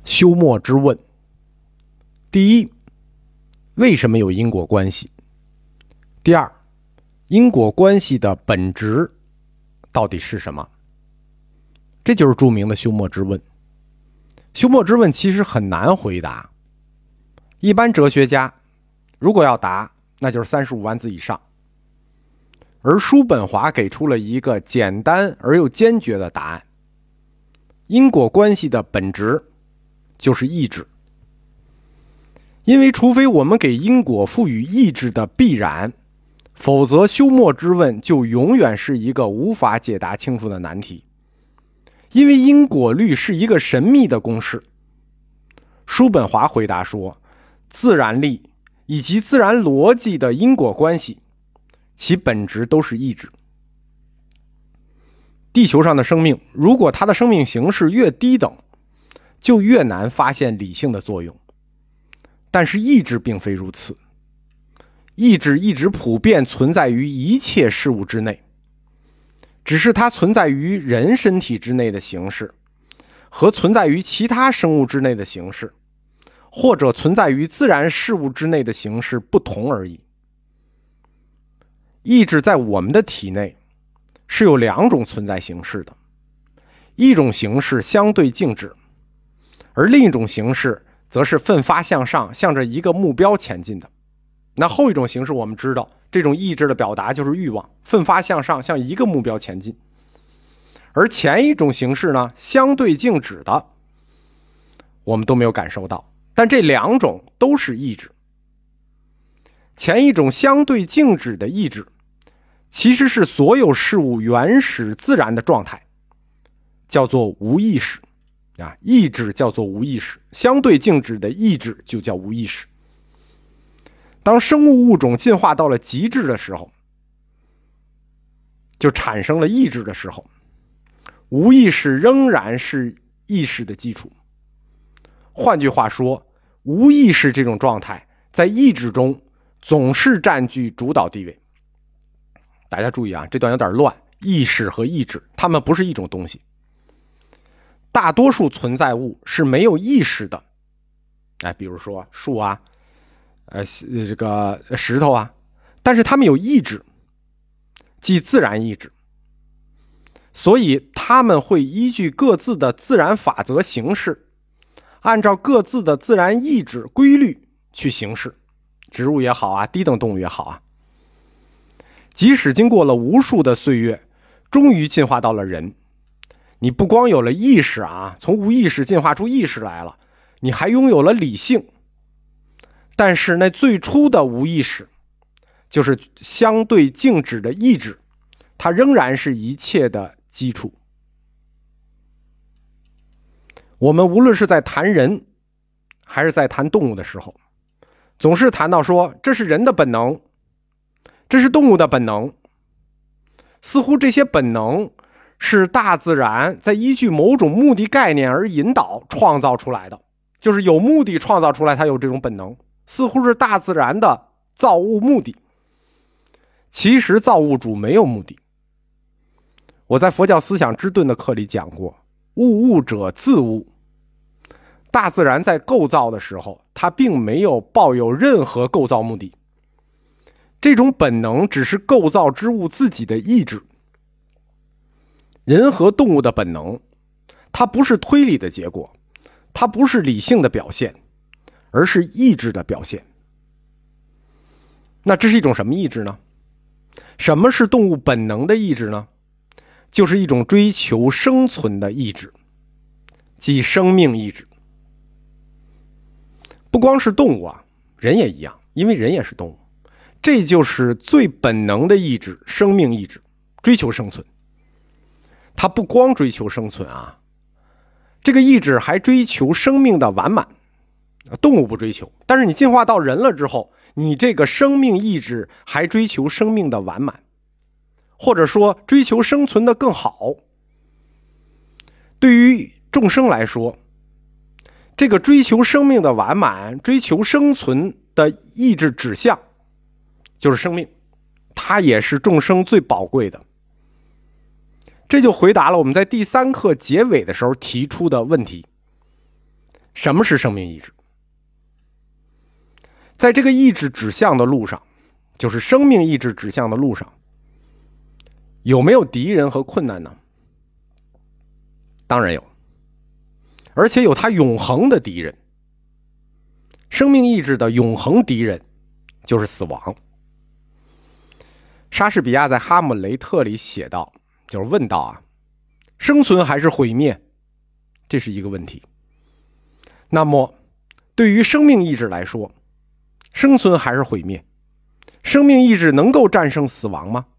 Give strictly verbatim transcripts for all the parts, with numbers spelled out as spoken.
休谟之问。第一，为什么有因果关系？第二，因果关系的本质到底是什么？这就是著名的休谟之问。休谟之问其实很难回答，一般哲学家如果要答，那就是三十五万字以上。而叔本华给出了一个简单而又坚决的答案：因果关系的本质就是意志。因为除非我们给因果赋予意志的必然，否则休谟之问就永远是一个无法解答清楚的难题。因为因果律是一个神秘的公式。叔本华回答说，自然力以及自然逻辑的因果关系，其本质都是意志。地球上的生命，如果它的生命形式越低等，就越难发现理性的作用。但是意志并非如此，意志一直普遍存在于一切事物之内，只是它存在于人身体之内的形式，和存在于其他生物之内的形式，或者存在于自然事物之内的形式不同而已。意志在我们的体内是有两种存在形式的，一种形式相对静止，而另一种形式则是奋发向上，向着一个目标前进的。那后一种形式我们知道，这种意志的表达就是欲望，奋发向上，向一个目标前进。而前一种形式呢，相对静止的，我们都没有感受到，但这两种都是意志。前一种相对静止的意志，其实是所有事物原始自然的状态，叫做无意识啊，意志叫做无意识，相对静止的意志就叫无意识。当生物物种进化到了极致的时候，就产生了意志的时候，无意识仍然是意识的基础。换句话说，无意识这种状态在意志中总是占据主导地位。大家注意啊，这段有点乱，意识和意志它们不是一种东西。大多数存在物是没有意识的，哎，比如说树啊，呃，这个石头啊，但是它们有意志，即自然意志，所以它们会依据各自的自然法则行事，按照各自的自然意志规律去行事。植物也好啊，低等动物也好啊，即使经过了无数的岁月，终于进化到了人，你不光有了意识啊，从无意识进化出意识来了，你还拥有了理性。但是那最初的无意识，就是相对静止的意志，它仍然是一切的基础。我们无论是在谈人还是在谈动物的时候，总是谈到说这是人的本能，这是动物的本能，似乎这些本能是大自然在依据某种目的概念而引导创造出来的，就是有目的创造出来，它有这种本能，似乎是大自然的造物目的。其实造物主没有目的。我在佛教思想之盾的课里讲过，物物者自物。大自然在构造的时候，它并没有抱有任何构造目的，这种本能只是构造之物自己的意志。人和动物的本能，它不是推理的结果，它不是理性的表现，而是意志的表现。那这是一种什么意志呢？什么是动物本能的意志呢？就是一种追求生存的意志，即生命意志。不光是动物啊，人也一样，因为人也是动物。这就是最本能的意志，生命意志，追求生存。它不光追求生存啊，这个意志还追求生命的完满。动物不追求，但是你进化到人了之后，你这个生命意志还追求生命的完满，或者说追求生存的更好。对于众生来说，这个追求生命的完满，追求生存的意志指向就是生命，它也是众生最宝贵的。这就回答了我们在第三课结尾的时候提出的问题： 什么是生命意志？在这个意志指向的路上，就是生命意志指向的路上，有没有敌人和困难呢？当然有，而且有它永恒的敌人。生命意志的永恒敌人就是死亡。莎士比亚在《哈姆雷特》里写道，就是问道啊，生存还是毁灭？这是一个问题。那么对于生命意志来说，生存还是毁灭？生命意志能够战胜死亡吗？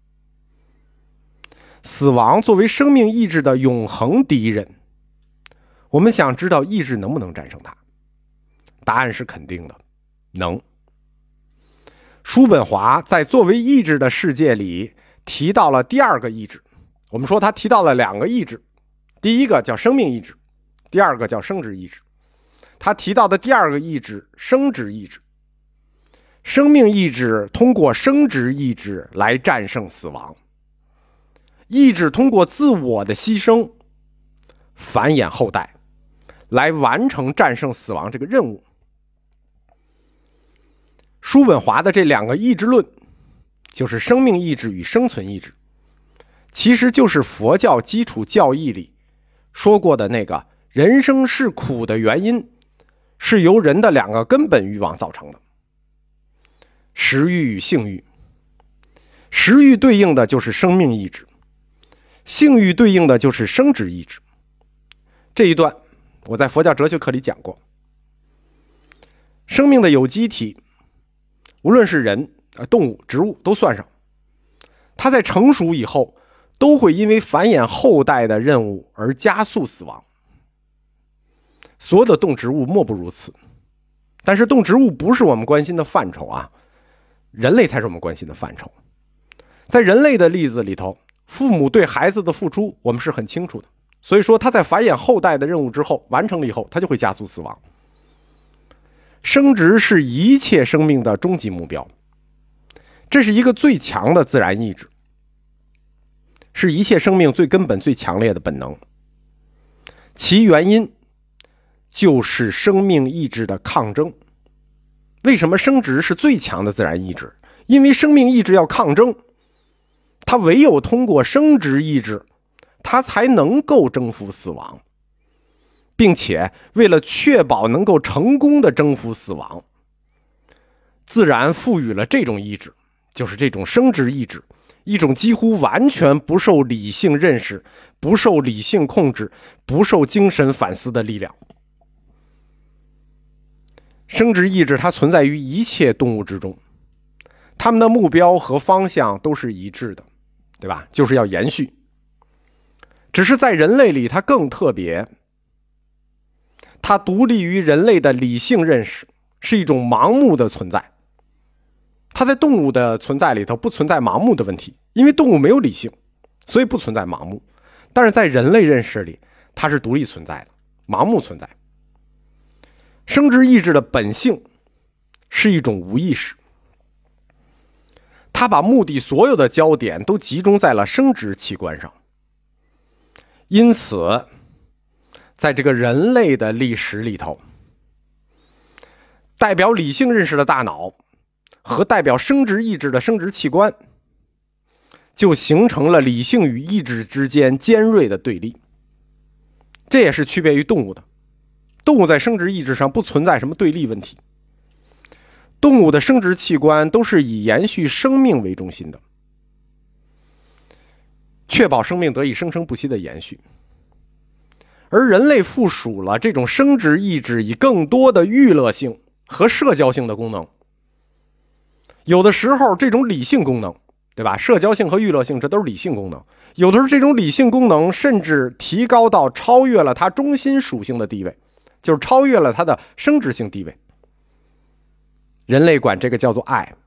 死亡作为生命意志的永恒敌人，我们想知道意志能不能战胜它？答案是肯定的，能。叔本华在作为意志的世界里提到了第二个意志。我们说他提到了两个意志，第一个叫生命意志，第二个叫生殖意志。他提到的第二个意志，生殖意志。生命意志通过生殖意志来战胜死亡，意志通过自我的牺牲繁衍后代，来完成战胜死亡这个任务。叔本华的这两个意志论，就是生命意志与生存意志，其实就是佛教基础教义里说过的那个人生是苦的原因是由人的两个根本欲望造成的，食欲与性欲。食欲对应的就是生命意志，性欲对应的就是生殖意志。这一段我在佛教哲学课里讲过。生命的有机体，无论是人、动物、植物都算上，它在成熟以后都会因为繁衍后代的任务而加速死亡。所有的动植物莫不如此，但是动植物不是我们关心的范畴啊，人类才是我们关心的范畴。在人类的例子里头，父母对孩子的付出我们是很清楚的，所以说他在繁衍后代的任务之后完成了以后，他就会加速死亡。生殖是一切生命的终极目标，这是一个最强的自然意志，是一切生命最根本最强烈的本能。其原因就是生命意志的抗争。为什么生殖是最强的自然意志？因为生命意志要抗争，它唯有通过生殖意志，它才能够征服死亡，并且为了确保能够成功的征服死亡，自然赋予了这种意志，就是这种生殖意志，一种几乎完全不受理性认识、不受理性控制、不受精神反思的力量。生殖意志它存在于一切动物之中，它们的目标和方向都是一致的，对吧？就是要延续。只是在人类里它更特别，它独立于人类的理性认识，是一种盲目的存在。它在动物的存在里头不存在盲目的问题，因为动物没有理性，所以不存在盲目。但是在人类认识里，它是独立存在的，盲目存在。生殖意志的本性是一种无意识，它把目的所有的焦点都集中在了生殖器官上。因此在这个人类的历史里头，代表理性认识的大脑和代表生殖意志的生殖器官就形成了理性与意志之间尖锐的对立。这也是区别于动物的。动物在生殖意志上不存在什么对立问题，动物的生殖器官都是以延续生命为中心的，确保生命得以生生不息的延续。而人类附属了这种生殖意志以更多的娱乐性和社交性的功能。有的时候这种理性功能，对吧？社交性和娱乐性，这都是理性功能。有的时候这种理性功能甚至提高到超越了它中心属性的地位，就是超越了它的生殖性地位。人类管这个叫做爱。